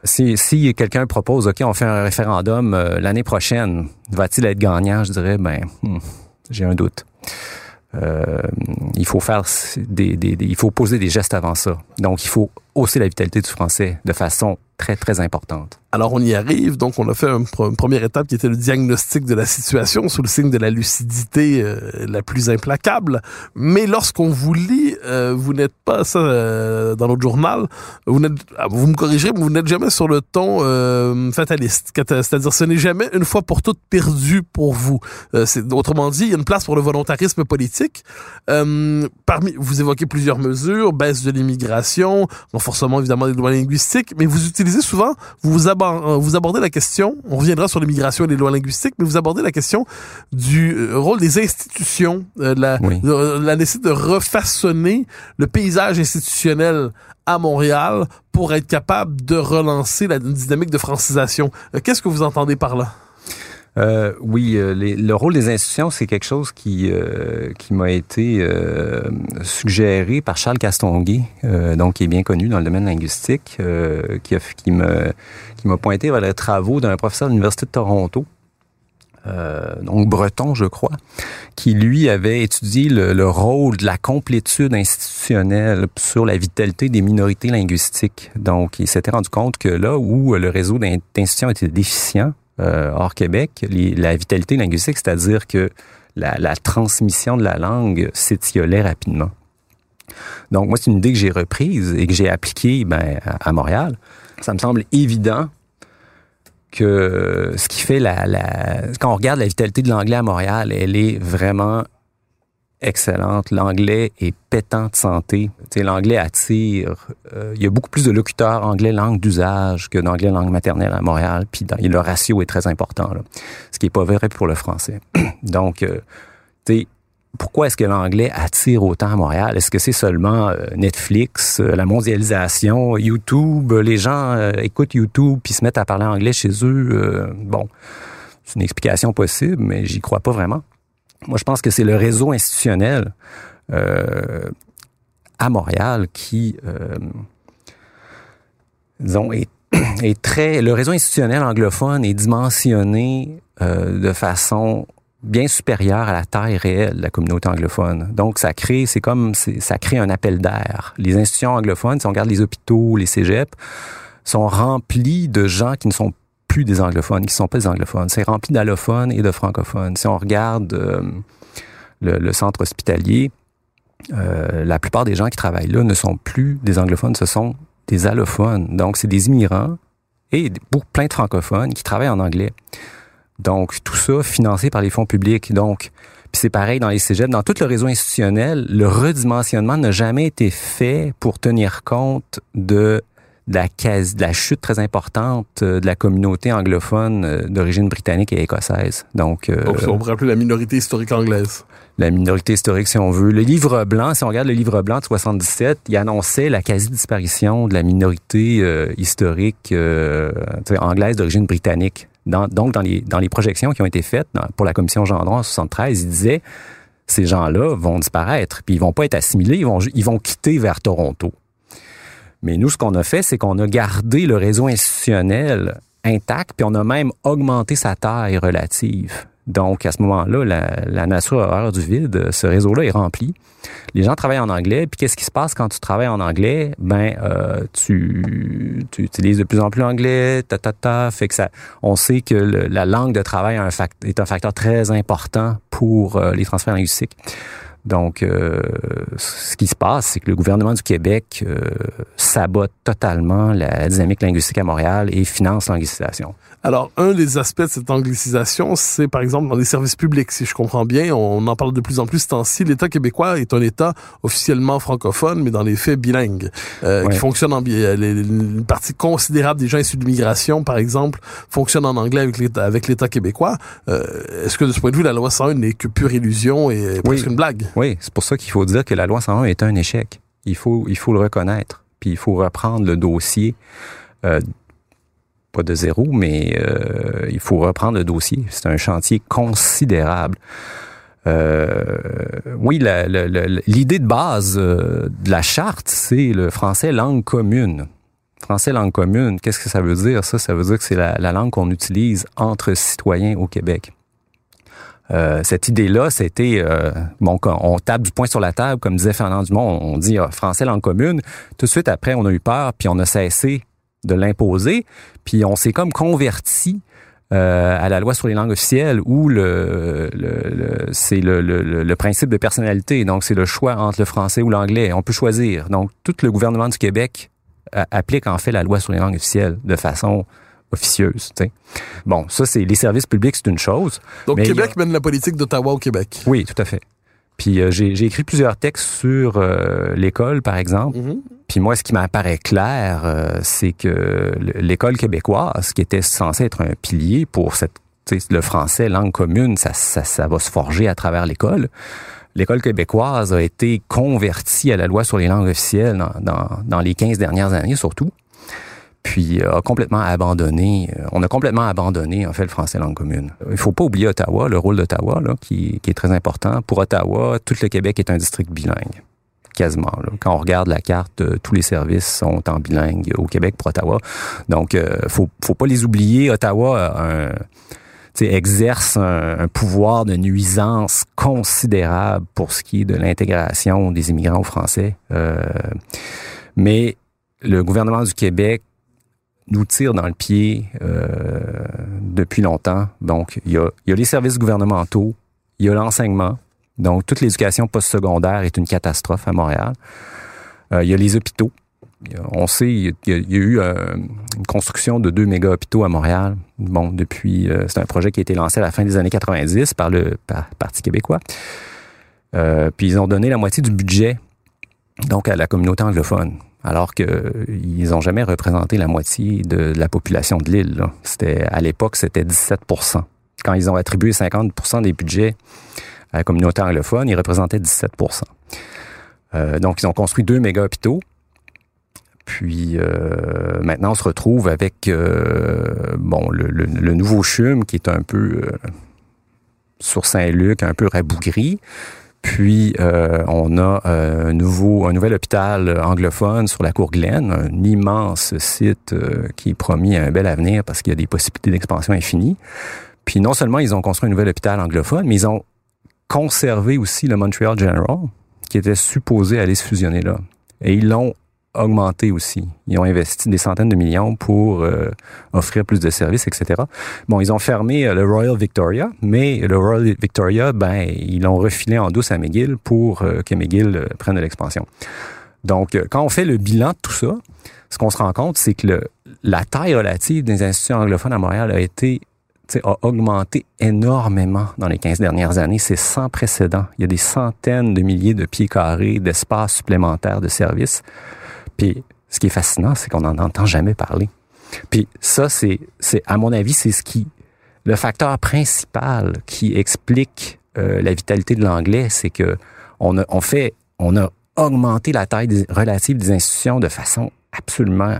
Si, si quelqu'un propose, OK, on fait un référendum euh, l'année prochaine, va-t-il être gagnant? Je dirais, ben, hmm, j'ai un doute. Euh, il faut faire des, des, des, il faut poser des gestes avant ça. Donc, il faut hausser la vitalité du français de façon très, très importante. Alors, on y arrive. Donc, on a fait un, une première étape qui était le diagnostic de la situation sous le signe de la lucidité euh, la plus implacable. Mais lorsqu'on vous lit, euh, vous n'êtes pas ça euh, dans notre journal. Vous n'êtes, vous me corrigerez, mais vous n'êtes jamais sur le ton euh, fataliste. C'est-à-dire, ce n'est jamais une fois pour toutes perdu pour vous. Euh, c'est, autrement dit, il y a une place pour le volontarisme politique. Euh, parmi, vous évoquez plusieurs mesures, baisse de l'immigration, renforcement évidemment des lois linguistiques, mais vous utilisez souvent, vous vous abordez Vous abordez la question, on reviendra sur l'immigration et les lois linguistiques, mais vous abordez la question du rôle des institutions, euh, la, oui. la nécessité de refaçonner le paysage institutionnel à Montréal pour être capable de relancer la dynamique de francisation. Euh, qu'est-ce que vous entendez par là? Euh, oui, euh, les, le rôle des institutions, c'est quelque chose qui euh, qui m'a été euh, suggéré par Charles Castonguay, euh, donc qui est bien connu dans le domaine linguistique, euh, qui a, qui me qui m'a pointé vers les travaux d'un professeur de l'Université de Toronto, euh, donc breton, je crois, qui lui avait étudié le, le rôle de la complétude institutionnelle sur la vitalité des minorités linguistiques. Donc, il s'était rendu compte que là où le réseau d'institutions était déficient, Euh, hors Québec, les, la vitalité linguistique, c'est-à-dire que la, la transmission de la langue s'étiolait rapidement. Donc, moi, c'est une idée que j'ai reprise et que j'ai appliquée ben, à, à Montréal. Ça me semble évident que ce qui fait la, la... Quand on regarde la vitalité de l'anglais à Montréal, elle est vraiment excellente. L'anglais est pétant de santé. Tu sais, l'anglais attire. Euh, il y a beaucoup plus de locuteurs anglais langue d'usage que d'anglais langue maternelle à Montréal. Puis dans, le ratio est très important, là, ce qui est pas vrai pour le français. Donc, euh, tu sais, pourquoi est-ce que l'anglais attire autant à Montréal? Est-ce que c'est seulement euh, Netflix, euh, la mondialisation, YouTube, les gens euh, écoutent YouTube puis se mettent à parler anglais chez eux? Euh, bon, c'est une explication possible, mais j'y crois pas vraiment. Moi, je pense que c'est le réseau institutionnel euh, à Montréal qui, euh, disons, est, est très... Le réseau institutionnel anglophone est dimensionné euh, de façon bien supérieure à la taille réelle de la communauté anglophone. Donc, ça crée, c'est comme, c'est, ça crée un appel d'air. Les institutions anglophones, si on regarde les hôpitaux, les cégeps, sont remplis de gens qui ne sont plus des anglophones, qui ne sont pas des anglophones. C'est rempli d'allophones et de francophones. Si on regarde euh, le, le centre hospitalier, euh, la plupart des gens qui travaillent là ne sont plus des anglophones, ce sont des allophones. Donc, c'est des immigrants et beaucoup, plein de francophones qui travaillent en anglais. Donc, tout ça financé par les fonds publics. Donc, puis c'est pareil dans les cégeps. Dans tout le réseau institutionnel, le redimensionnement n'a jamais été fait pour tenir compte de de la, quasi, de la chute très importante de la communauté anglophone d'origine britannique et écossaise. Donc, euh, Donc on pourrait appeler la minorité historique anglaise. La minorité historique, si on veut. Le livre blanc, si on regarde le livre blanc de soixante-dix-sept, il annonçait la quasi-disparition de la minorité euh, historique euh, anglaise d'origine britannique. Dans, donc, dans les, dans les projections qui ont été faites dans, pour la commission Gendron en soixante-treize, il disait ces gens-là vont disparaître, puis ils vont pas être assimilés, ils vont, ils vont quitter vers Toronto. Mais nous, ce qu'on a fait, c'est qu'on a gardé le réseau institutionnel intact, puis on a même augmenté sa taille relative. Donc, à ce moment-là, la, la nature horreur du vide, ce réseau-là est rempli. Les gens travaillent en anglais, puis qu'est-ce qui se passe quand tu travailles en anglais? Ben, euh, tu, tu utilises de plus en plus l'anglais, ta, ta, ta, fait que ça, on sait que le, la langue de travail est un, fact, est un facteur très important pour euh, les transferts linguistiques. Donc, euh, ce qui se passe, c'est que le gouvernement du Québec euh, sabote totalement la dynamique linguistique à Montréal et finance l'anglicisation. Alors, un des aspects de cette anglicisation, c'est par exemple dans les services publics. Si je comprends bien, on en parle de plus en plus ce temps-ci. L'État québécois est un État officiellement francophone, mais dans les faits bilingue, euh, ouais. qui fonctionne en... Une partie considérable des gens issus de l'immigration, par exemple, fonctionne en anglais avec l'État, avec l'État québécois. Euh, est-ce que de ce point de vue, la loi cent un n'est que pure illusion et oui. presque une blague? Oui, c'est pour ça qu'il faut dire que la loi cent un est un échec. Il faut, il faut le reconnaître. Puis il faut reprendre le dossier, euh, pas de zéro, mais euh, il faut reprendre le dossier. C'est un chantier considérable. Euh, oui, la, la, la, l'idée de base euh, de la charte, c'est le français langue commune. Français langue commune, qu'est-ce que ça veut dire? Ça, ça veut dire que c'est la, la langue qu'on utilise entre citoyens au Québec. Euh, cette idée-là, c'était, euh, bon, on tape du poing sur la table, comme disait Fernand Dumont, on dit ah, français langue commune. Tout de suite après, on a eu peur, puis on a cessé de l'imposer, puis on s'est comme converti euh, à la loi sur les langues officielles, où le, le, le c'est le, le, le principe de personnalité, donc c'est le choix entre le français ou l'anglais. On peut choisir. Donc, tout le gouvernement du Québec a, applique en fait la loi sur les langues officielles de façon officieuse, tu sais. Bon, ça, c'est les services publics, c'est une chose. Donc, mais Québec a... mène la politique d'Ottawa au Québec. Oui, tout à fait. Puis euh, j'ai, j'ai écrit plusieurs textes sur euh, l'école, par exemple. Mm-hmm. Puis moi, ce qui m'apparaît clair, euh, c'est que l'école québécoise, qui était censée être un pilier pour cette, tu sais, le français, langue commune, ça, ça, ça va se forger à travers l'école. L'école québécoise a été convertie à la loi sur les langues officielles dans, dans, dans les quinze dernières années, surtout. Puis a complètement abandonné, on a complètement abandonné en fait le français langue commune. Il faut pas oublier Ottawa, le rôle d'Ottawa là, qui, qui est très important. Pour Ottawa, tout le Québec est un district bilingue, quasiment. Là. Quand on regarde la carte, tous les services sont en bilingue au Québec pour Ottawa. Donc, euh, faut faut pas les oublier. Ottawa un, exerce un, un pouvoir de nuisance considérable pour ce qui est de l'intégration des immigrants français. Euh, mais le gouvernement du Québec nous tire dans le pied euh, depuis longtemps. Donc, il y a, il y a les services gouvernementaux, il y a l'enseignement. Donc, toute l'éducation postsecondaire est une catastrophe à Montréal. Euh, il y a les hôpitaux. On sait, il y a, il y a eu euh, une construction de deux méga-hôpitaux à Montréal. Bon, depuis, euh, c'est un projet qui a été lancé à la fin des années quatre-vingt-dix par le par, Parti québécois. Euh, puis, ils ont donné la moitié du budget, donc, à la communauté anglophone. Alors qu'ils n'ont jamais représenté la moitié de la population de l'île. Là. C'était, à l'époque, c'était dix-sept pour cent. Quand ils ont attribué cinquante pour cent des budgets à la communauté anglophone, ils représentaient dix-sept pour cent. Euh, donc, ils ont construit deux méga-hôpitaux. Puis, euh, maintenant, on se retrouve avec euh, bon le, le, le nouveau C H U M qui est un peu euh, sur Saint-Luc, un peu rabougri. Puis, euh, on a euh, un, nouveau, un nouvel hôpital anglophone sur la cour Glen, un immense site euh, qui est promis à un bel avenir parce qu'il y a des possibilités d'expansion infinies. Puis, non seulement ils ont construit un nouvel hôpital anglophone, mais ils ont conservé aussi le Montreal General, qui était supposé aller se fusionner là. Et ils l'ont augmenté aussi. Ils ont investi des centaines de millions pour euh, offrir plus de services, et cetera. Bon, ils ont fermé euh, le Royal Victoria, mais le Royal Victoria, ben, ils l'ont refilé en douce à McGill pour euh, que McGill euh, prenne de l'expansion. Donc, euh, quand on fait le bilan de tout ça, ce qu'on se rend compte, c'est que le, la taille relative des institutions anglophones à Montréal a été, a augmenté énormément dans les quinze dernières années. C'est sans précédent. Il y a des centaines de milliers de pieds carrés d'espace supplémentaires de services. Puis, ce qui est fascinant, c'est qu'on n'en entend jamais parler. Puis ça, c'est, c'est, à mon avis, c'est ce qui, le facteur principal qui explique euh, la vitalité de l'anglais, c'est que on a, on fait, on a augmenté la taille des, relative des institutions de façon absolument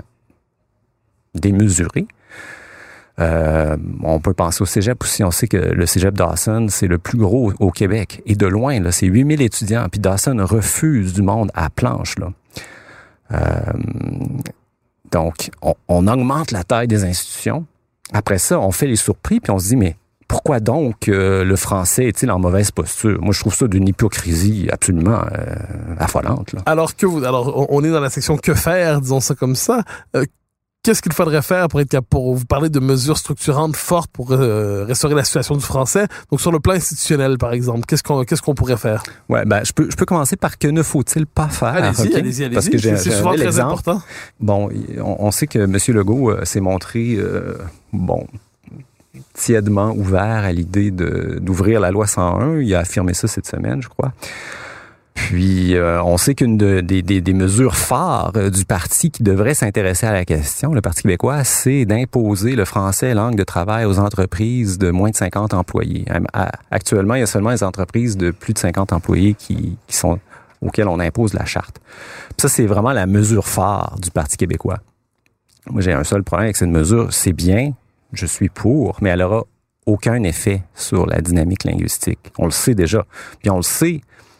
démesurée. Euh, on peut penser au cégep aussi. On sait que le cégep Dawson, c'est le plus gros au, au Québec. Et de loin, là, c'est huit mille étudiants. Puis Dawson refuse du monde à planche, là. Euh, donc, on, on augmente la taille des institutions. Après ça, on fait les surpris, puis on se dit, mais pourquoi donc euh, le français est-il en mauvaise posture? Moi, je trouve ça d'une hypocrisie absolument euh, affolante. Là. Alors que vous, alors on est dans la section que faire, disons ça comme ça. Euh, Qu'est-ce qu'il faudrait faire pour être pour vous parler de mesures structurantes fortes pour euh, restaurer la situation du français? Donc sur le plan institutionnel, par exemple, qu'est-ce qu'on qu'est-ce qu'on pourrait faire? Ouais, ben je peux je peux commencer par que ne faut-il pas faire? Allez-y, okay? allez-y, allez-y. Parce que j'ai, c'est j'ai souvent un bel très exemple. important. Bon, on, on sait que M. Legault euh, s'est montré euh, bon tièdement ouvert à l'idée de d'ouvrir la loi cent un. Il a affirmé ça cette semaine, je crois. Puis, euh, on sait qu'une de, des, des, des mesures phares euh, du parti qui devrait s'intéresser à la question, le Parti québécois, c'est d'imposer le français langue de travail aux entreprises de moins de cinquante employés. Actuellement, il y a seulement les entreprises de plus de cinquante employés qui, qui sont auxquelles on impose la charte. Puis ça, c'est vraiment la mesure phare du Parti québécois. Moi, j'ai un seul problème avec cette mesure. C'est bien, je suis pour, mais elle aura aucun effet sur la dynamique linguistique. On le sait déjà. Puis on le sait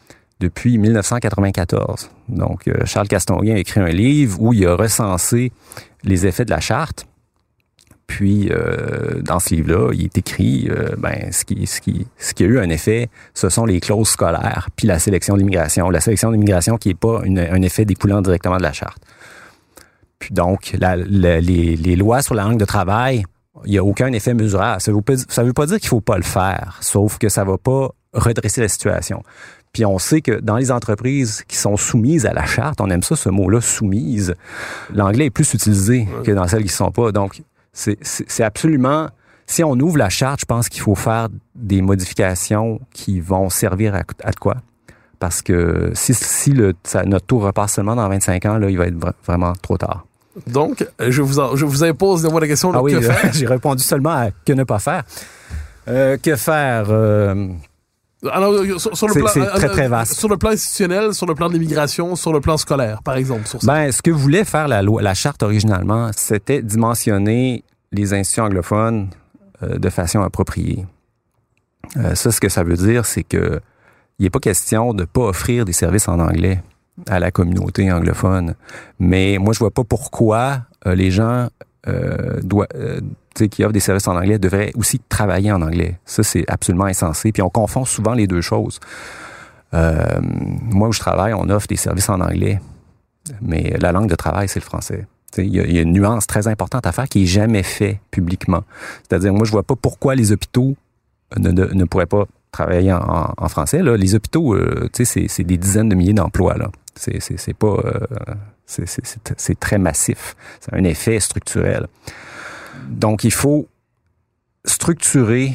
depuis dix-neuf cent quatre-vingt-quatorze. Donc, euh, Charles Castonguay a écrit un livre où il a recensé les effets de la charte. Puis, euh, dans ce livre-là, il est écrit, euh, ben, ce qui, ce qui, ce qui a eu un effet, ce sont les clauses scolaires, puis la sélection de l'immigration. La sélection de l'immigration qui n'est pas une, un effet découlant directement de la charte. Puis donc, la, la, les, les lois sur la langue de travail, il n'y a aucun effet mesurable. Ça ne veut pas, ça veut pas dire qu'il ne faut pas le faire, sauf que ça ne va pas redresser la situation. Puis on sait que dans les entreprises qui sont soumises à la charte, on aime ça, ce mot-là, soumise, l'anglais est plus utilisé que dans celles qui ne sont pas. Donc, c'est, c'est, c'est absolument... Si on ouvre la charte, je pense qu'il faut faire des modifications qui vont servir à, à de quoi? Parce que si, si le, ça, notre tour repasse seulement dans vingt-cinq ans, là, il va être vra- vraiment trop tard. Donc, je vous, en, je vous impose de voir la question. Là, ah oui, que faire? J'ai répondu seulement à que ne pas faire. Euh, que faire? Euh, Alors, sur, sur le c'est, plan, c'est très, très vaste. Sur le plan institutionnel, sur le plan de l'immigration, sur le plan scolaire, par exemple. Sur ça. Ben, ce que voulait faire la loi, la charte originalement, c'était dimensionner les institutions anglophones euh, de façon appropriée. Euh, ça, ce que ça veut dire, c'est que il n'est pas question de ne pas offrir des services en anglais à la communauté anglophone. Mais moi, je vois pas pourquoi euh, les gens euh, doivent, euh, qui offrent des services en anglais devraient aussi travailler en anglais. Ça, c'est absolument insensé. Puis on confond souvent les deux choses. Euh, moi, où je travaille, on offre des services en anglais. Mais la langue de travail, c'est le français. Il y, y a une nuance très importante à faire qui n'est jamais faite publiquement. C'est-à-dire, moi, je vois pas pourquoi les hôpitaux ne, ne, ne pourraient pas travailler en, en français. Là. Les hôpitaux, euh, c'est, c'est des dizaines de milliers d'emplois. Là. C'est, c'est, c'est pas... Euh, c'est, c'est, c'est, c'est très massif. C'est un effet structurel. Donc, il faut structurer,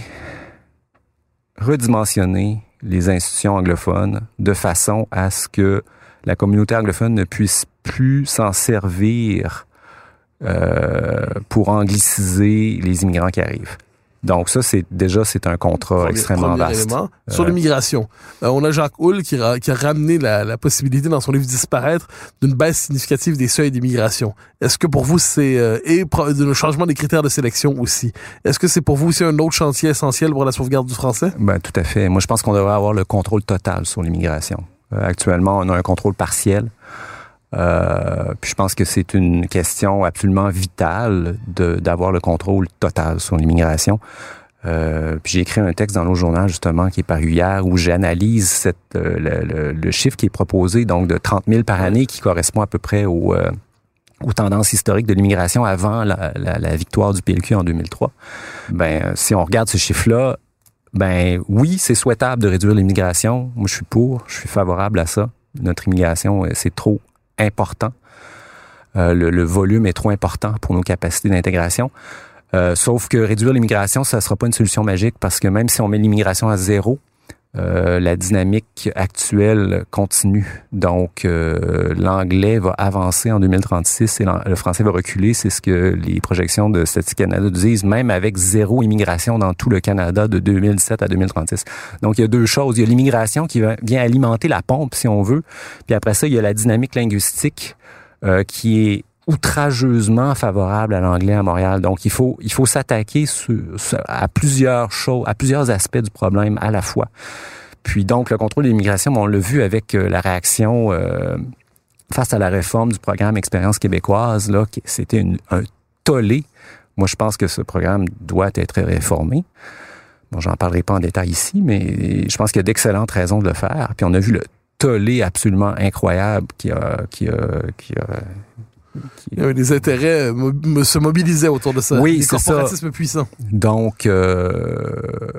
redimensionner les institutions anglophones de façon à ce que la communauté anglophone ne puisse plus s'en servir euh, pour angliciser les immigrants qui arrivent. Donc ça, c'est déjà c'est un contrat premier, extrêmement premier vaste. Élément. Sur euh, l'immigration, euh, on a Jacques Houle qui, ra- qui a ramené la, la possibilité dans son livre Disparaître d'une baisse significative des seuils d'immigration. Est-ce que pour vous c'est euh, et pro- de changement des critères de sélection aussi? Est-ce que c'est pour vous aussi un autre chantier essentiel pour la sauvegarde du français? Ben tout à fait. Moi, je pense qu'on devrait avoir le contrôle total sur l'immigration. Euh, actuellement, on a un contrôle partiel. Euh, puis je pense que c'est une question absolument vitale de, d'avoir le contrôle total sur l'immigration. Euh, puis j'ai écrit un texte dans le journal justement qui est paru hier où j'analyse cette, euh, le, le, le chiffre qui est proposé, donc de trente mille par année, qui correspond à peu près au, euh, aux tendances historiques de l'immigration avant la, la, la victoire du P L Q en deux mille trois. Ben si on regarde ce chiffre-là, ben oui, c'est souhaitable de réduire l'immigration. Moi, je suis pour, je suis favorable à ça. Notre immigration, c'est trop important. Euh, le, le volume est trop important pour nos capacités d'intégration. Euh, sauf que réduire l'immigration, ça ne sera pas une solution magique parce que même si on met l'immigration à zéro, euh, la dynamique actuelle continue. Donc, euh, l'anglais va avancer en deux mille trente-six et le français va reculer. C'est ce que les projections de Statistique Canada disent, même avec zéro immigration dans tout le Canada de deux mille dix-sept à deux mille trente-six. Donc, il y a deux choses. Il y a l'immigration qui vient alimenter la pompe, si on veut. Puis après ça, il y a la dynamique linguistique euh, qui est outrageusement favorable à l'anglais à Montréal. Donc, il faut, il faut s'attaquer sur, sur, à plusieurs choses, à plusieurs aspects du problème à la fois. Puis donc, le contrôle de l'immigration, on l'a vu avec euh, la réaction euh, face à la réforme du programme Expérience québécoise, là, qui, c'était une, un tollé. Moi, je pense que ce programme doit être réformé. Bon, j'en parlerai pas en détail ici, mais je pense qu'il y a d'excellentes raisons de le faire. Puis on a vu le tollé absolument incroyable qui a... Qui a, qui a Il y avait des intérêts mo- se mobilisaient autour de ça. Oui, des c'est corporatismes ça. puissants. Donc, euh,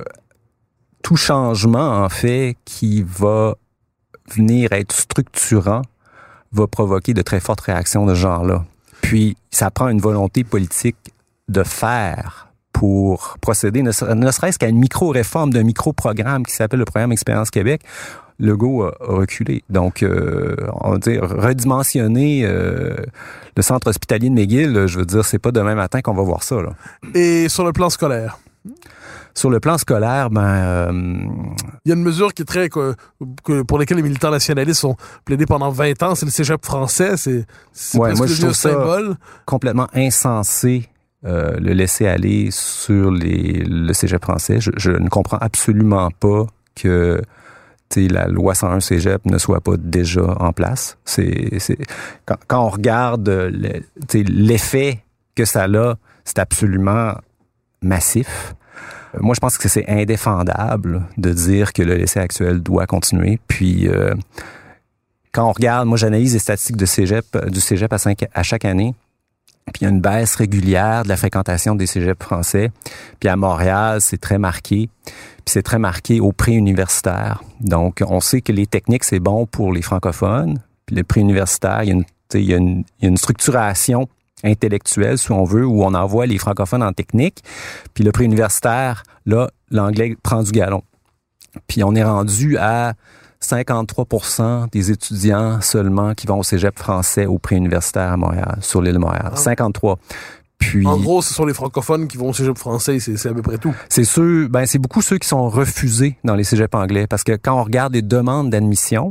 tout changement, en fait, qui va venir être structurant, va provoquer de très fortes réactions de ce genre-là. Puis, ça prend une volonté politique de faire pour procéder, ne, ne serait-ce qu'à une micro-réforme d'un micro-programme qui s'appelle le programme Expérience Québec. Legault a reculé. Donc, euh, on va dire, redimensionner euh, le centre hospitalier de McGill, je veux dire, c'est pas demain matin qu'on va voir ça, là. Et sur le plan scolaire? Sur le plan scolaire, ben... Euh, il y a une mesure qui est très... Que, que pour laquelle les militants nationalistes ont plaidé pendant vingt ans, c'est le cégep français. C'est, c'est ouais, presque moi, je trouve un symbole. Ça complètement insensé, euh, le laisser aller sur les, le cégep français. Je, je ne comprends absolument pas que la loi cent un Cégep ne soit pas déjà en place. C'est, c'est quand, quand on regarde le, l'effet que ça a, c'est absolument massif. Moi, je pense que c'est indéfendable de dire que le lycée actuel doit continuer. Puis, euh, quand on regarde, moi, j'analyse les statistiques de Cégep, du Cégep à, cinq, à chaque année. Puis il y a une baisse régulière de la fréquentation des cégeps français. Puis à Montréal, c'est très marqué. Puis c'est très marqué au pré-universitaire. Donc, on sait que les techniques, c'est bon pour les francophones. Puis le pré-universitaire, il y a une, il y a une, il y a une structuration intellectuelle, si on veut, où on envoie les francophones en technique. Puis le pré-universitaire, là, l'anglais prend du galon. Puis on est rendu à cinquante-trois pour cent des étudiants seulement qui vont au cégep français au pré-universitaire à Montréal, sur l'île de Montréal. Ah. cinquante-trois. Puis, en gros, ce sont les francophones qui vont au cégep français, c'est, c'est à peu près tout. C'est ceux, ben, c'est beaucoup ceux qui sont refusés dans les cégeps anglais. Parce que quand on regarde les demandes d'admission,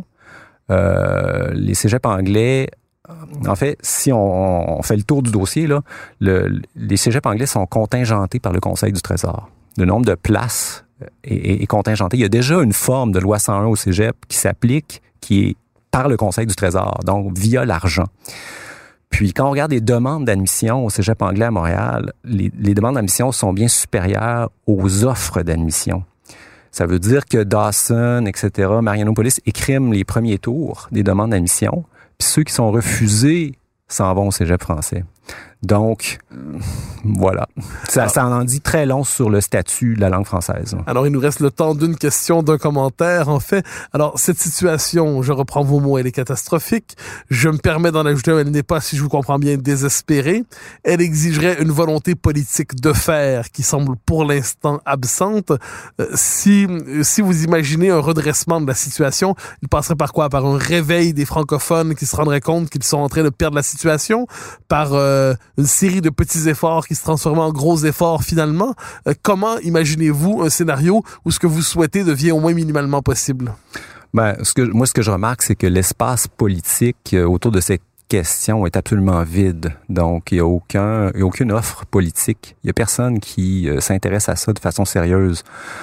euh, les cégeps anglais, en fait, si on, on fait le tour du dossier, là, le, les cégeps anglais sont contingentés par le Conseil du Trésor. Le nombre de places est, est contingenté. Il y a déjà une forme de loi cent un au cégep qui s'applique, qui est par le Conseil du Trésor, donc via l'argent. Puis, quand on regarde les demandes d'admission au cégep anglais à Montréal, les, les demandes d'admission sont bien supérieures aux offres d'admission. Ça veut dire que Dawson, et cetera, Marianopolis écriment les premiers tours des demandes d'admission, puis ceux qui sont refusés s'en vont au cégep français. Donc, voilà. Ça, ça en dit très long sur le statut de la langue française. Alors, il nous reste le temps d'une question, d'un commentaire, en fait. Alors, cette situation, je reprends vos mots, elle est catastrophique. Je me permets d'en ajouter, elle n'est pas, si je vous comprends bien, désespérée. Elle exigerait une volonté politique de faire qui semble pour l'instant absente. Euh, si, si vous imaginez un redressement de la situation, il passerait par quoi? Par un réveil des francophones qui se rendraient compte qu'ils sont en train de perdre la situation? Par euh, une série de petits efforts qui se transforment en gros efforts finalement. Euh, comment imaginez-vous un scénario où ce que vous souhaitez devient au moins minimalement possible? Ben, ce que, moi, ce que je remarque, c'est que l'espace politique euh, autour de cette question est absolument vide. Donc, il n'y a aucun, il y a aucune offre politique. Il n'y a personne qui euh, s'intéresse à ça de façon sérieuse.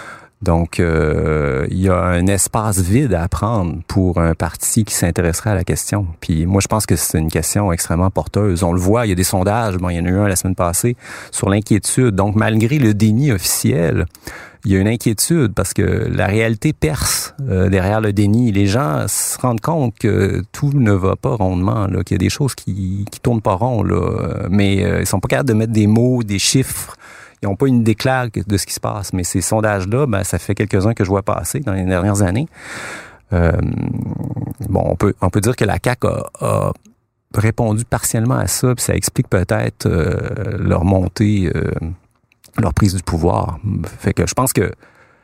Donc, euh, il y a un espace vide à prendre pour un parti qui s'intéresserait à la question. Puis moi, je pense que c'est une question extrêmement porteuse. On le voit, il y a des sondages, bon, il y en a eu un la semaine passée, sur l'inquiétude. Donc, malgré le déni officiel, il y a une inquiétude parce que la réalité perce euh, derrière le déni. Les gens se rendent compte que tout ne va pas rondement, là, qu'il y a des choses qui qui tournent pas rond, là, mais euh, ils sont pas capables de mettre des mots, des chiffres. Ils n'ont pas une idée claire de ce qui se passe. Mais ces sondages-là, ben, ça fait quelques-uns que je vois passer dans les dernières années. Euh, bon, on peut, on peut dire que la C A Q a, a répondu partiellement à ça, puis ça explique peut-être euh, leur montée, euh, leur prise du pouvoir. Fait que je pense que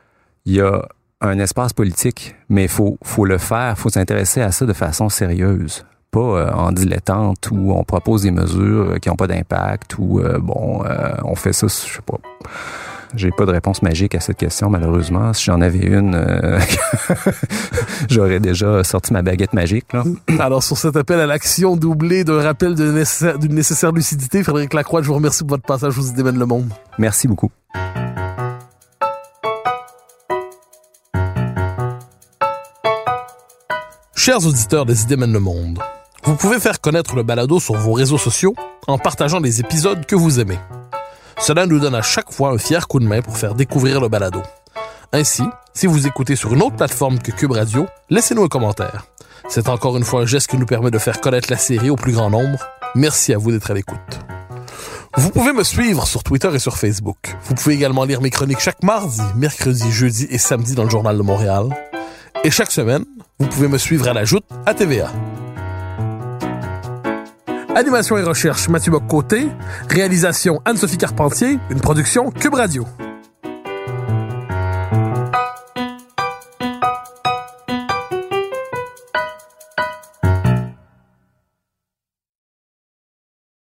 il y a un espace politique, mais il faut, faut le faire, il faut s'intéresser à ça de façon sérieuse. Pas euh, en dilettante où on propose des mesures qui n'ont pas d'impact ou euh, bon, euh, on fait ça, je sais pas. J'ai pas de réponse magique à cette question, malheureusement. Si j'en avais une, euh, j'aurais déjà sorti ma baguette magique, là. Alors, sur cet appel à l'action doublé d'un rappel de nécessaire, d'une nécessaire lucidité, Frédéric Lacroix, je vous remercie pour votre passage aux Idées mènent le monde. Merci beaucoup. Chers auditeurs des Idées mènent le monde, vous pouvez faire connaître le balado sur vos réseaux sociaux en partageant les épisodes que vous aimez. Cela nous donne à chaque fois un fier coup de main pour faire découvrir le balado. Ainsi, si vous écoutez sur une autre plateforme que Cube Radio, laissez-nous un commentaire. C'est encore une fois un geste qui nous permet de faire connaître la série au plus grand nombre. Merci à vous d'être à l'écoute. Vous pouvez me suivre sur Twitter et sur Facebook. Vous pouvez également lire mes chroniques chaque mardi, mercredi, jeudi et samedi dans le Journal de Montréal. Et chaque semaine, vous pouvez me suivre à la Joute à T V A. Animation et recherche, Mathieu Bock-Côté. Réalisation, Anne-Sophie Carpentier. Une production Cube Radio.